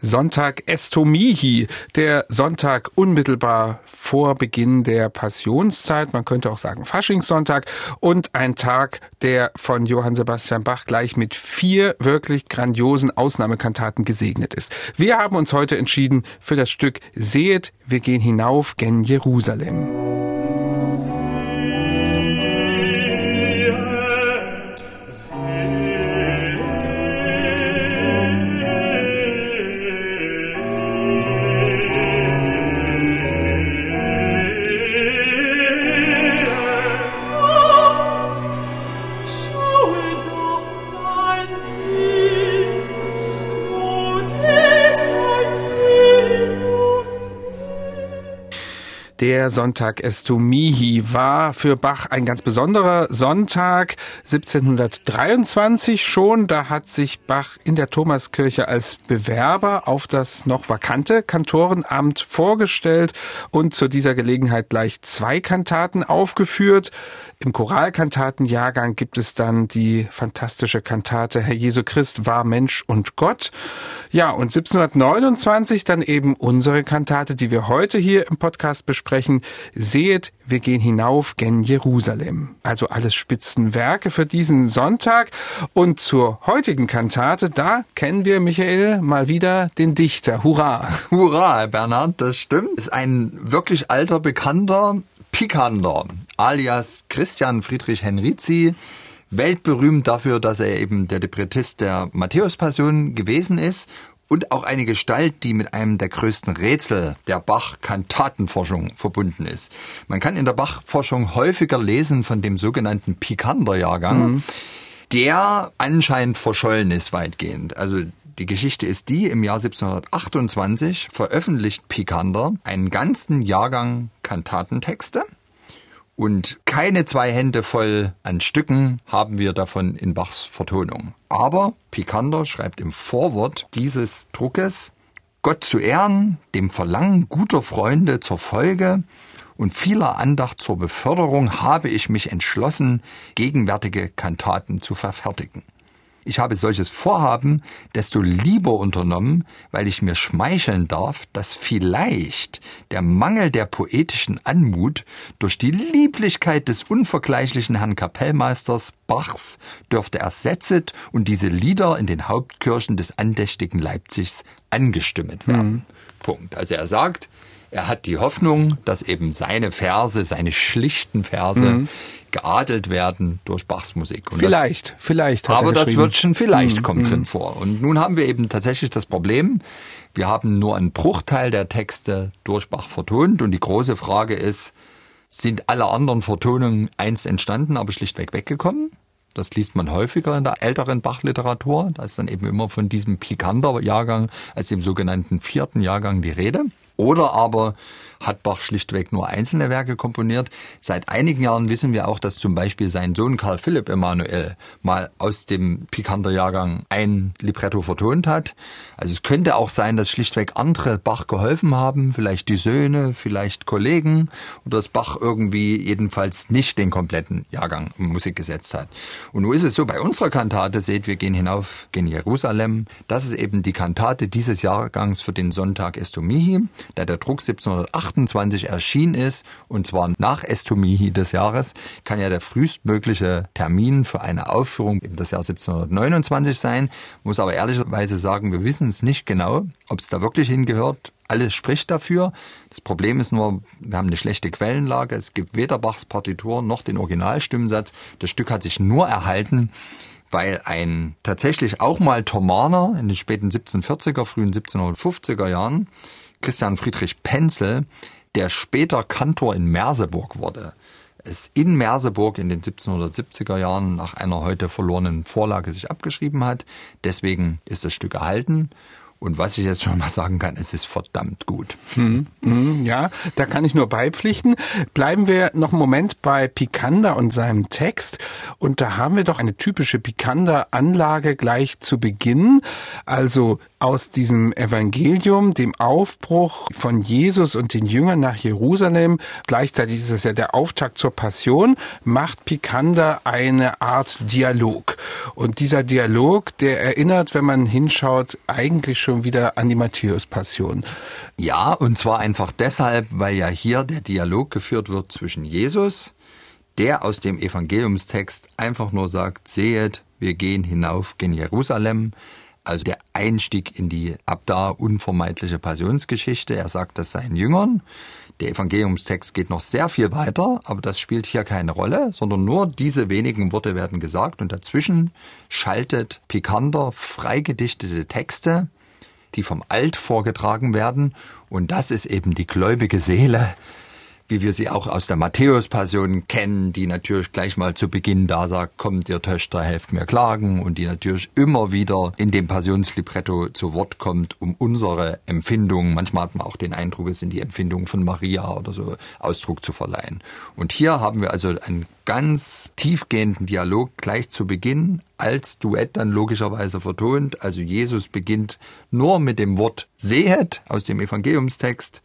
Sonntag Estomihi, der Sonntag unmittelbar vor Beginn der Passionszeit, man könnte auch sagen Faschingssonntag, und ein Tag, der von Johann Sebastian Bach gleich mit 4 wirklich grandiosen Ausnahmekantaten gesegnet ist. Wir haben uns heute entschieden für das Stück Sehet, wir gehen hinauf gen Jerusalem. Der Sonntag Estomihi war für Bach ein ganz besonderer Sonntag, 1723 schon. Da hat sich Bach in der Thomaskirche als Bewerber auf das noch vakante Kantorenamt vorgestellt und zu dieser Gelegenheit gleich 2 Kantaten aufgeführt. Im Choralkantatenjahrgang gibt es dann die fantastische Kantate Herr Jesu Christ war Mensch und Gott. Ja, und 1729 dann eben unsere Kantate, die wir heute hier im Podcast besprechen. Sehet, wir gehen hinauf gen Jerusalem. Also alles Spitzenwerke für diesen Sonntag. Und zur heutigen Kantate, da kennen wir, Michael, mal wieder den Dichter. Hurra! Hurra, Herr Bernhard, das stimmt. Ist ein wirklich alter Bekannter, Picander, alias Christian Friedrich Henrici, weltberühmt dafür, dass er eben der Librettist der Matthäus-Passion gewesen ist und auch eine Gestalt, die mit einem der größten Rätsel der Bach-Kantatenforschung verbunden ist. Man kann in der Bach-Forschung häufiger lesen von dem sogenannten Picander-Jahrgang, der anscheinend verschollen ist weitgehend. Also die Geschichte ist die, im Jahr 1728 veröffentlicht Picander einen ganzen Jahrgang Kantatentexte und keine 2 Hände voll an Stücken haben wir davon in Bachs Vertonung. Aber Picander schreibt im Vorwort dieses Druckes: Gott zu ehren, dem Verlangen guter Freunde zur Folge und vieler Andacht zur Beförderung habe ich mich entschlossen, gegenwärtige Kantaten zu verfertigen. Ich habe solches Vorhaben desto lieber unternommen, weil ich mir schmeicheln darf, dass vielleicht der Mangel der poetischen Anmut durch die Lieblichkeit des unvergleichlichen Herrn Kapellmeisters Bachs dürfte ersetzt und diese Lieder in den Hauptkirchen des andächtigen Leipzigs angestimmt werden. Punkt. Also er sagt, er hat die Hoffnung, dass eben seine Verse, seine schlichten Verse geadelt werden durch Bachs Musik. Und vielleicht hat aber er das wird schon vielleicht kommt drin vor. Und nun haben wir eben tatsächlich das Problem, wir haben nur einen Bruchteil der Texte durch Bach vertont und die große Frage ist, sind alle anderen Vertonungen einst entstanden, aber schlichtweg weggekommen? Das liest man häufiger in der älteren Bach-Literatur. Da ist dann eben immer von diesem Picander-Jahrgang als dem sogenannten 4. Jahrgang die Rede. Oder aber hat Bach schlichtweg nur einzelne Werke komponiert. Seit einigen Jahren wissen wir auch, dass zum Beispiel sein Sohn Karl Philipp Emanuel mal aus dem Picander-Jahrgang ein Libretto vertont hat. Also es könnte auch sein, dass schlichtweg andere Bach geholfen haben, vielleicht die Söhne, vielleicht Kollegen, oder dass Bach irgendwie jedenfalls nicht den kompletten Jahrgang Musik gesetzt hat. Und nun ist es so, bei unserer Kantate, seht, wir gehen hinauf gen Jerusalem, das ist eben die Kantate dieses Jahrgangs für den Sonntag Estomihi, da der Druck 1728 erschienen ist, und zwar nach Estomihi des Jahres, kann ja der frühestmögliche Termin für eine Aufführung eben das Jahr 1729 sein. Muss aber ehrlicherweise sagen, wir wissen es nicht genau, ob es da wirklich hingehört. Alles spricht dafür. Das Problem ist nur, wir haben eine schlechte Quellenlage. Es gibt weder Bachs Partitur noch den Originalstimmsatz. Das Stück hat sich nur erhalten, weil ein tatsächlich auch mal Thomaner in den späten 1740er, frühen 1750er Jahren, Christian Friedrich Penzel, der später Kantor in Merseburg wurde, es in Merseburg in den 1770er Jahren nach einer heute verlorenen Vorlage sich abgeschrieben hat. Deswegen ist das Stück erhalten. Und was ich jetzt schon mal sagen kann, es ist verdammt gut. Ja, da kann ich nur beipflichten. Bleiben wir noch einen Moment bei Picander und seinem Text. Und da haben wir doch eine typische Picander-Anlage gleich zu Beginn. Also aus diesem Evangelium, dem Aufbruch von Jesus und den Jüngern nach Jerusalem, gleichzeitig ist es ja der Auftakt zur Passion, macht Picander eine Art Dialog. Und dieser Dialog, der erinnert, wenn man hinschaut, eigentlich schon schon wieder an die Matthäus-Passion. Ja, und zwar einfach deshalb, weil ja hier der Dialog geführt wird zwischen Jesus, der aus dem Evangeliumstext einfach nur sagt, sehet, wir gehen hinauf gen Jerusalem. Also der Einstieg in die ab da unvermeidliche Passionsgeschichte. Er sagt das seinen Jüngern. Der Evangeliumstext geht noch sehr viel weiter, aber das spielt hier keine Rolle, sondern nur diese wenigen Worte werden gesagt und dazwischen schaltet pikanter, freigedichtete Texte, die vom Alt vorgetragen werden. Und das ist eben die gläubige Seele, wie wir sie auch aus der Matthäus-Passion kennen, die natürlich gleich mal zu Beginn da sagt, kommt ihr Töchter, helft mir klagen, und die natürlich immer wieder in dem Passionslibretto zu Wort kommt, um unsere Empfindungen, manchmal hat man auch den Eindruck, es sind die Empfindungen von Maria oder so, Ausdruck zu verleihen. Und hier haben wir also einen ganz tiefgehenden Dialog gleich zu Beginn, als Duett dann logischerweise vertont. Also Jesus beginnt nur mit dem Wort sehet aus dem Evangeliumstext.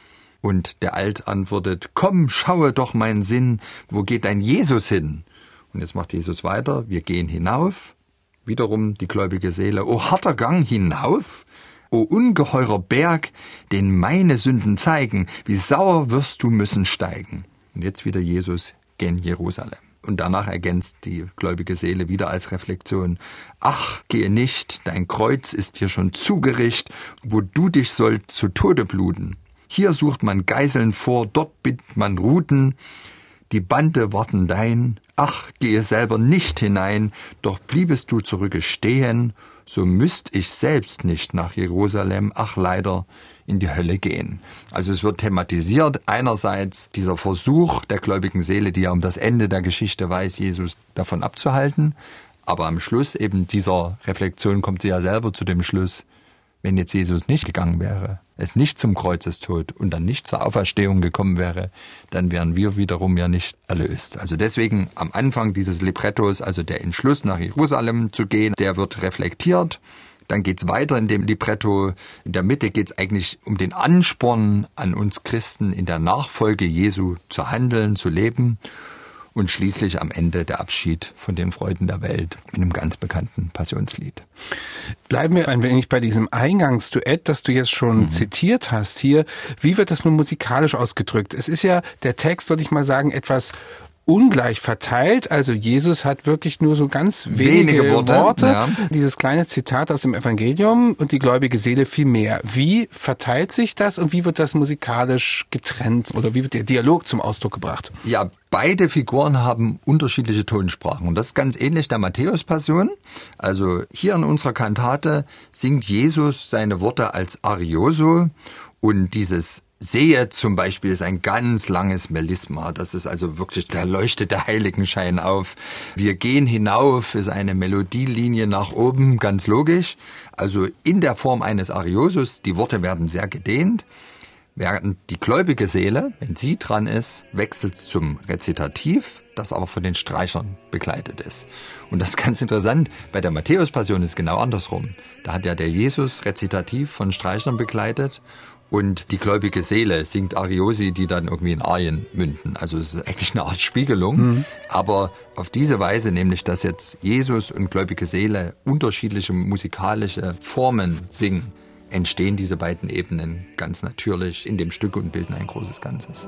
Und der Alt antwortet, komm, schaue doch mein Sinn, wo geht dein Jesus hin? Und jetzt macht Jesus weiter, wir gehen hinauf, wiederum die gläubige Seele, o harter Gang hinauf, o ungeheurer Berg, den meine Sünden zeigen, wie sauer wirst du müssen steigen. Und jetzt wieder Jesus gen Jerusalem. Und danach ergänzt die gläubige Seele wieder als Reflexion, ach, gehe nicht, dein Kreuz ist dir schon zugericht, wo du dich sollst zu Tode bluten. Hier sucht man Geiseln vor, dort bindet man Ruten, die Bande warten dein. Ach, gehe selber nicht hinein, doch bliebest du zurücke stehen, so müsst ich selbst nicht nach Jerusalem, ach leider, in die Hölle gehen. Also es wird thematisiert, einerseits dieser Versuch der gläubigen Seele, die ja um das Ende der Geschichte weiß, Jesus davon abzuhalten, aber am Schluss eben dieser Reflexion kommt sie ja selber zu dem Schluss, wenn jetzt Jesus nicht gegangen wäre, es nicht zum Kreuzestod und dann nicht zur Auferstehung gekommen wäre, dann wären wir wiederum ja nicht erlöst. Also deswegen am Anfang dieses Librettos, also der Entschluss nach Jerusalem zu gehen, der wird reflektiert. Dann geht's weiter in dem Libretto. In der Mitte geht's eigentlich um den Ansporn an uns Christen in der Nachfolge Jesu zu handeln, zu leben. Und schließlich am Ende der Abschied von den Freuden der Welt mit einem ganz bekannten Passionslied. Bleiben wir ein wenig bei diesem Eingangsduett, das du jetzt schon zitiert hast hier. Wie wird das nun musikalisch ausgedrückt? Es ist ja der Text, würde ich mal sagen, etwas ungleich verteilt. Also Jesus hat wirklich nur so ganz wenige Worte. Ja. Dieses kleine Zitat aus dem Evangelium und die gläubige Seele viel mehr. Wie verteilt sich das und wie wird das musikalisch getrennt oder wie wird der Dialog zum Ausdruck gebracht? Ja, beide Figuren haben unterschiedliche Tonsprachen und das ist ganz ähnlich der Matthäus-Passion. Also hier in unserer Kantate singt Jesus seine Worte als Arioso und dieses Sehe zum Beispiel ist ein ganz langes Melisma. Das ist also wirklich, da leuchtet der Heiligenschein auf. Wir gehen hinauf ist eine Melodielinie nach oben, ganz logisch. Also in der Form eines Ariosos, die Worte werden sehr gedehnt. Während die gläubige Seele, wenn sie dran ist, wechselt zum Rezitativ, das aber von den Streichern begleitet ist. Und das ist ganz interessant, bei der Matthäus-Passion ist es genau andersrum. Da hat ja der Jesus Rezitativ von Streichern begleitet und die gläubige Seele singt Ariosi, die dann irgendwie in Arien münden. Also es ist eigentlich eine Art Spiegelung. Aber auf diese Weise, nämlich dass jetzt Jesus und gläubige Seele unterschiedliche musikalische Formen singen, entstehen diese beiden Ebenen ganz natürlich in dem Stück und bilden ein großes Ganzes.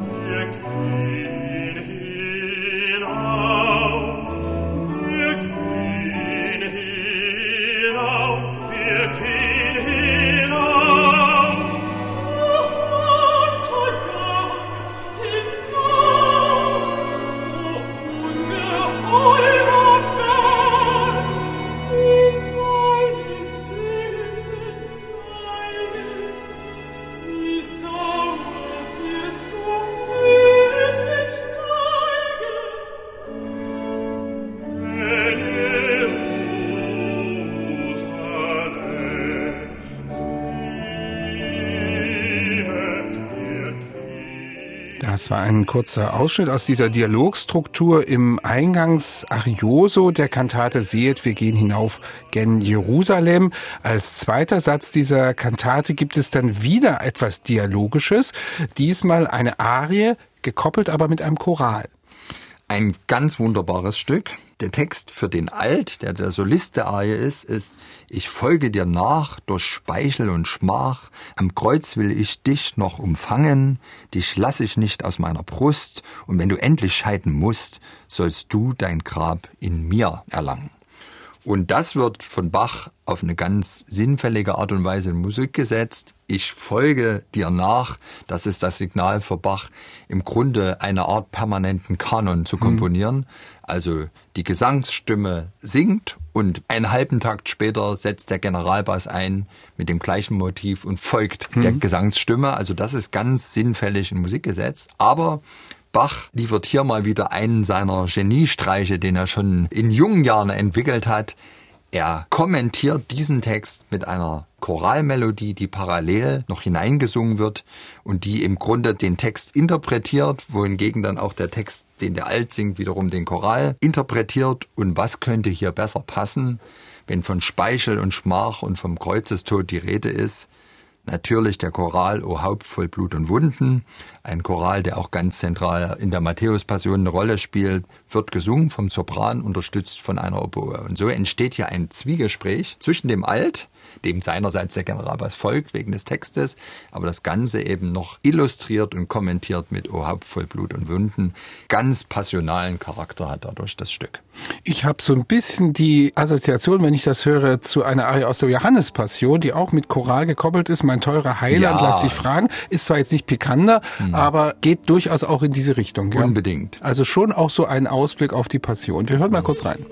Das war ein kurzer Ausschnitt aus dieser Dialogstruktur im Eingangs-Arioso der Kantate Sehet, wir gehen hinauf gen Jerusalem. Als zweiter Satz dieser Kantate gibt es dann wieder etwas Dialogisches, diesmal eine Arie, gekoppelt aber mit einem Choral. Ein ganz wunderbares Stück. Der Text für den Alt, der Solist der Arie ist, ich folge dir nach durch Speichel und Schmach, am Kreuz will ich dich noch umfangen, dich lass ich nicht aus meiner Brust, und wenn du endlich scheiden musst, sollst du dein Grab in mir erlangen. Und das wird von Bach auf eine ganz sinnfällige Art und Weise in Musik gesetzt. Ich folge dir nach. Das ist das Signal für Bach, im Grunde eine Art permanenten Kanon zu komponieren. Also die Gesangsstimme singt und einen halben Takt später setzt der Generalbass ein mit dem gleichen Motiv und folgt der Gesangsstimme. Also das ist ganz sinnfällig in Musik gesetzt. Aber Bach liefert hier mal wieder einen seiner Geniestreiche, den er schon in jungen Jahren entwickelt hat. Er kommentiert diesen Text mit einer Choralmelodie, die parallel noch hineingesungen wird und die im Grunde den Text interpretiert, wohingegen dann auch der Text, den der Alt singt, wiederum den Choral interpretiert. Und was könnte hier besser passen, wenn von Speichel und Schmach und vom Kreuzestod die Rede ist? Natürlich der Choral O Haupt voll Blut und Wunden, ein Choral, der auch ganz zentral in der Matthäus-Passion eine Rolle spielt, wird gesungen vom Sopran, unterstützt von einer Oboe. Und so entsteht hier ein Zwiegespräch zwischen dem Alt, dem seinerseits der Generalbass folgt wegen des Textes, aber das Ganze eben noch illustriert und kommentiert mit O Haupt voll Blut und Wunden. Ganz passionalen Charakter hat dadurch das Stück. Ich habe so ein bisschen die Assoziation, wenn ich das höre, zu einer Arie aus der Johannespassion, die auch mit Choral gekoppelt ist. Mein teurer Heiland, lass dich fragen. Ist zwar jetzt nicht pikanter, aber geht durchaus auch in diese Richtung. Ja? Unbedingt. Also schon auch so ein Ausblick auf die Passion. Wir hören mal kurz rein.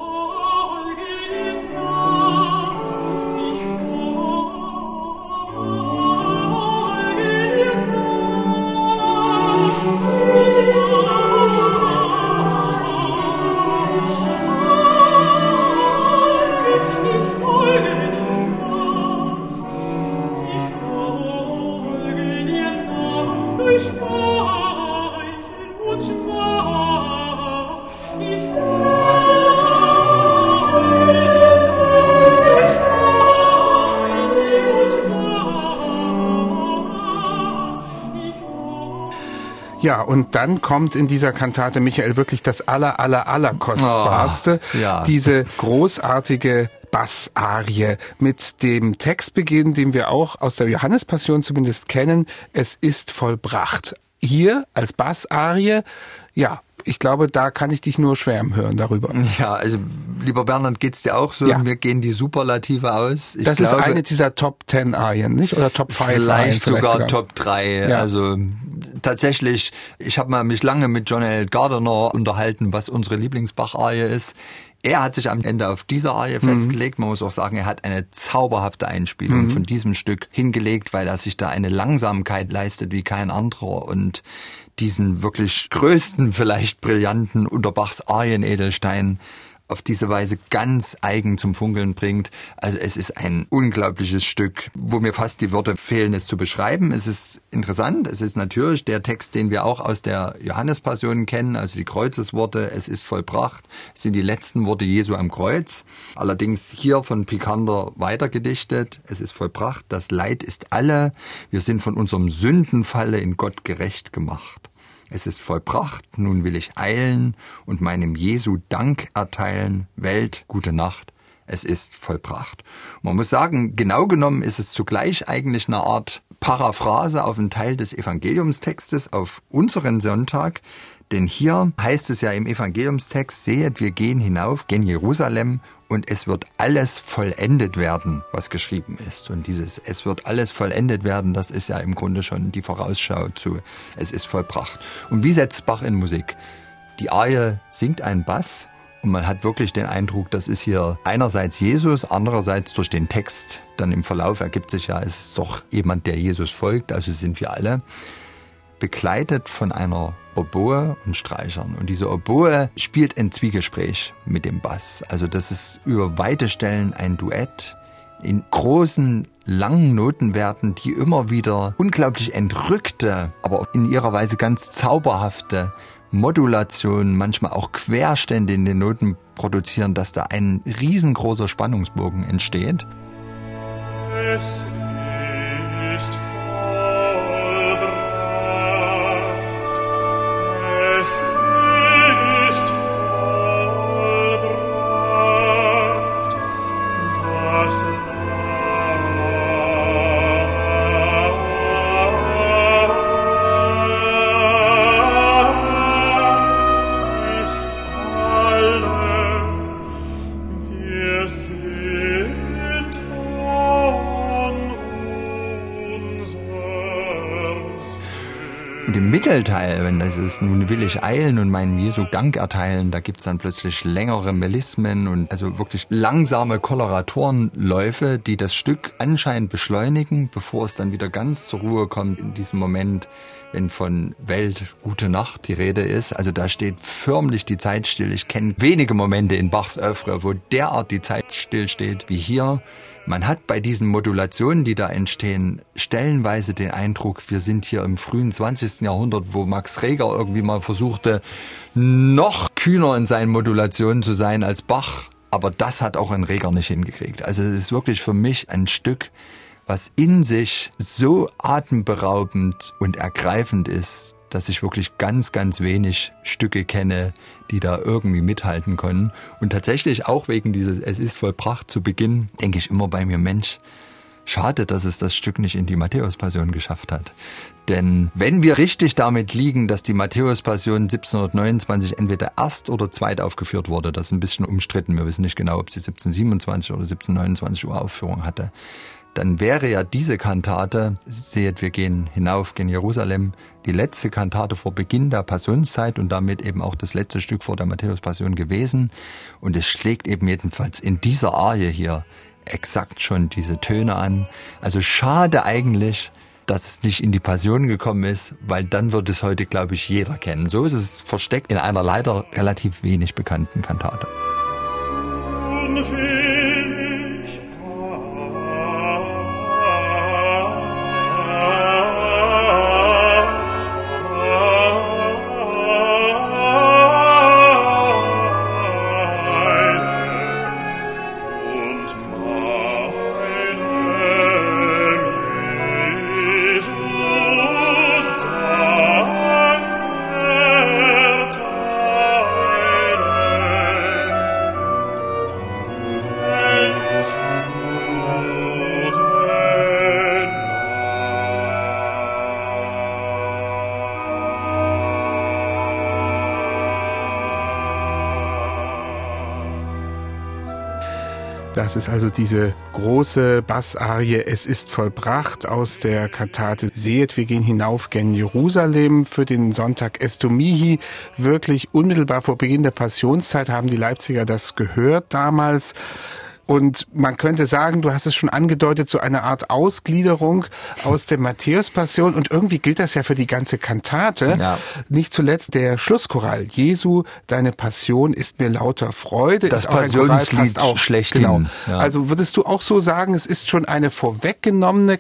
Ja, und dann kommt in dieser Kantate, Michael, wirklich das aller kostbarste, diese großartige Bassarie mit dem Textbeginn, den wir auch aus der Johannespassion zumindest kennen, es ist vollbracht. Hier als Bassarie, ja, ich glaube, da kann ich dich nur schwärmen hören darüber. Ja, also lieber Bernhard, geht's dir auch so? Ja. Mir gehen die Superlative aus. Das ist eine dieser Top 10 Arien, nicht? Oder Top 5 Arien? Vielleicht sogar Top 3. Ja. Also tatsächlich, ich habe mich lange mit John L. Gardiner unterhalten, was unsere Lieblingsbach-Arie ist. Er hat sich am Ende auf diese Arie festgelegt. Man muss auch sagen, er hat eine zauberhafte Einspielung von diesem Stück hingelegt, weil er sich da eine Langsamkeit leistet wie kein anderer und diesen wirklich größten, vielleicht brillanten unter Bachs Arien-Edelstein auf diese Weise ganz eigen zum Funkeln bringt. Also es ist ein unglaubliches Stück, wo mir fast die Worte fehlen, es zu beschreiben. Es ist interessant, es ist natürlich der Text, den wir auch aus der Johannespassion kennen, also die Kreuzesworte, es ist vollbracht, es sind die letzten Worte Jesu am Kreuz. Allerdings hier von Picander weitergedichtet, es ist vollbracht, das Leid ist alle, wir sind von unserem Sündenfalle in Gott gerecht gemacht. Es ist vollbracht, nun will ich eilen und meinem Jesu Dank erteilen. Welt, gute Nacht, es ist vollbracht. Man muss sagen, genau genommen ist es zugleich eigentlich eine Art Paraphrase auf einen Teil des Evangeliumstextes auf unseren Sonntag. Denn hier heißt es ja im Evangeliumstext, sehet, wir gehen hinauf, gen Jerusalem und es wird alles vollendet werden, was geschrieben ist. Und dieses es wird alles vollendet werden, das ist ja im Grunde schon die Vorausschau zu es ist vollbracht. Und wie setzt Bach in Musik? Die Arie singt einen Bass und man hat wirklich den Eindruck, das ist hier einerseits Jesus, andererseits durch den Text. Dann im Verlauf ergibt sich ja, es ist doch jemand, der Jesus folgt, also sind wir alle. Begleitet von einer Oboe und Streichern. Und diese Oboe spielt ein Zwiegespräch mit dem Bass. Also das ist über weite Stellen ein Duett in großen, langen Notenwerten, die immer wieder unglaublich entrückte, aber in ihrer Weise ganz zauberhafte Modulationen, manchmal auch Querstände in den Noten produzieren, dass da ein riesengroßer Spannungsbogen entsteht. Es ist vollbracht, es ist In dem Mittelteil, wenn das ist, nun will ich eilen und meinen Jesu Dank erteilen, da gibt's dann plötzlich längere Melismen und also wirklich langsame Koloratorenläufe, die das Stück anscheinend beschleunigen, bevor es dann wieder ganz zur Ruhe kommt in diesem Moment, wenn von Welt, gute Nacht die Rede ist. Also da steht förmlich die Zeit still. Ich kenne wenige Momente in Bachs Oeuvre, wo derart die Zeit still steht wie hier. Man hat bei diesen Modulationen, die da entstehen, stellenweise den Eindruck, wir sind hier im frühen 20. Jahrhundert, wo Max Reger irgendwie mal versuchte, noch kühner in seinen Modulationen zu sein als Bach. Aber das hat auch ein Reger nicht hingekriegt. Also es ist wirklich für mich ein Stück, was in sich so atemberaubend und ergreifend ist, dass ich wirklich ganz, ganz wenig Stücke kenne, die da irgendwie mithalten können. Und tatsächlich auch wegen dieses Es ist vollbracht zu Beginn, denke ich immer bei mir, Mensch, schade, dass es das Stück nicht in die Matthäus-Passion geschafft hat. Denn wenn wir richtig damit liegen, dass die Matthäus-Passion 1729 entweder erst oder zweit aufgeführt wurde, das ist ein bisschen umstritten, wir wissen nicht genau, ob sie 1727 oder 1729 Uraufführung hatte, dann wäre ja diese Kantate, seht, wir gehen hinauf, gen Jerusalem, die letzte Kantate vor Beginn der Passionszeit und damit eben auch das letzte Stück vor der Matthäus-Passion gewesen. Und es schlägt eben jedenfalls in dieser Arie hier exakt schon diese Töne an. Also schade eigentlich, dass es nicht in die Passion gekommen ist, weil dann wird es heute, glaube ich, jeder kennen. So ist es versteckt in einer leider relativ wenig bekannten Kantate. Das ist also diese große Bassarie Es ist vollbracht aus der Kantate Sehet, wir gehen hinauf gen Jerusalem für den Sonntag Estomihi. Wirklich unmittelbar vor Beginn der Passionszeit haben die Leipziger das gehört damals. Und man könnte sagen, du hast es schon angedeutet, so eine Art Ausgliederung aus der Matthäus-Passion. Und irgendwie gilt das ja für die ganze Kantate. Ja. Nicht zuletzt der Schlusschoral. Jesu, deine Passion ist mir lauter Freude. Das ist auch ein Passionslied auch schlechthin. Genau. Ja. Also würdest du auch so sagen, es ist schon eine vorweggenommene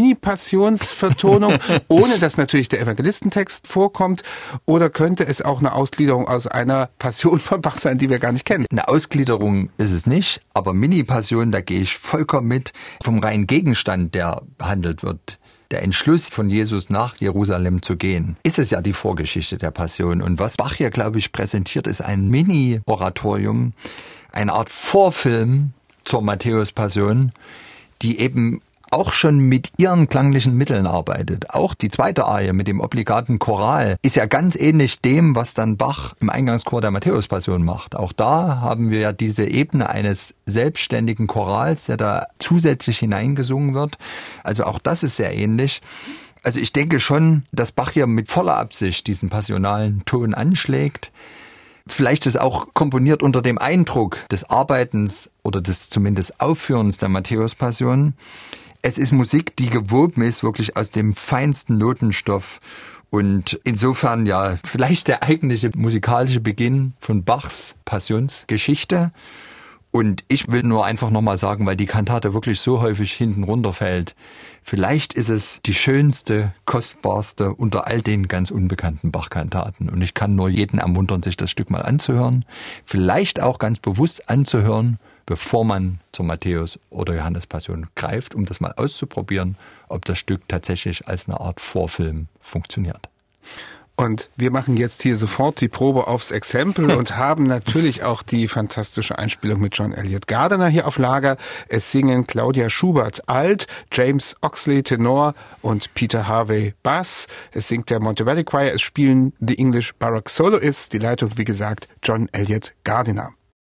Mini-Passionsvertonung, ohne dass natürlich der Evangelistentext vorkommt? Oder könnte es auch eine Ausgliederung aus einer Passion von Bach sein, die wir gar nicht kennen? Eine Ausgliederung ist es nicht, aber Mini-Passion, da gehe ich vollkommen mit. Vom reinen Gegenstand, der behandelt wird, der Entschluss von Jesus nach Jerusalem zu gehen, ist es ja die Vorgeschichte der Passion. Und was Bach hier, glaube ich, präsentiert, ist ein Mini-Oratorium, eine Art Vorfilm zur Matthäus-Passion, die eben auch schon mit ihren klanglichen Mitteln arbeitet. Auch die zweite Arie mit dem obligaten Choral ist ja ganz ähnlich dem, was dann Bach im Eingangschor der Matthäus-Passion macht. Auch da haben wir ja diese Ebene eines selbstständigen Chorals, der da zusätzlich hineingesungen wird. Also auch das ist sehr ähnlich. Also ich denke schon, dass Bach hier mit voller Absicht diesen passionalen Ton anschlägt. Vielleicht ist auch komponiert unter dem Eindruck des Arbeitens oder des zumindest Aufführens der Matthäus-Passion. Es ist Musik, die gewoben ist, wirklich aus dem feinsten Notenstoff. Und insofern ja vielleicht der eigentliche musikalische Beginn von Bachs Passionsgeschichte. Und ich will nur einfach nochmal sagen, weil die Kantate wirklich so häufig hinten runterfällt, vielleicht ist es die schönste, kostbarste unter all den ganz unbekannten Bach-Kantaten. Und ich kann nur jeden ermuntern, sich das Stück mal anzuhören. Vielleicht auch ganz bewusst anzuhören, bevor man zur Matthäus- oder Johannes-Passion greift, um das mal auszuprobieren, ob das Stück tatsächlich als eine Art Vorfilm funktioniert. Und wir machen jetzt hier sofort die Probe aufs Exempel und haben natürlich auch die fantastische Einspielung mit John Eliot Gardiner hier auf Lager. Es singen Claudia Schubert Alt, James Oxley Tenor und Peter Harvey Bass. Es singt der Monteverdi Choir, es spielen The English Baroque Soloists, die Leitung wie gesagt John Eliot Gardiner.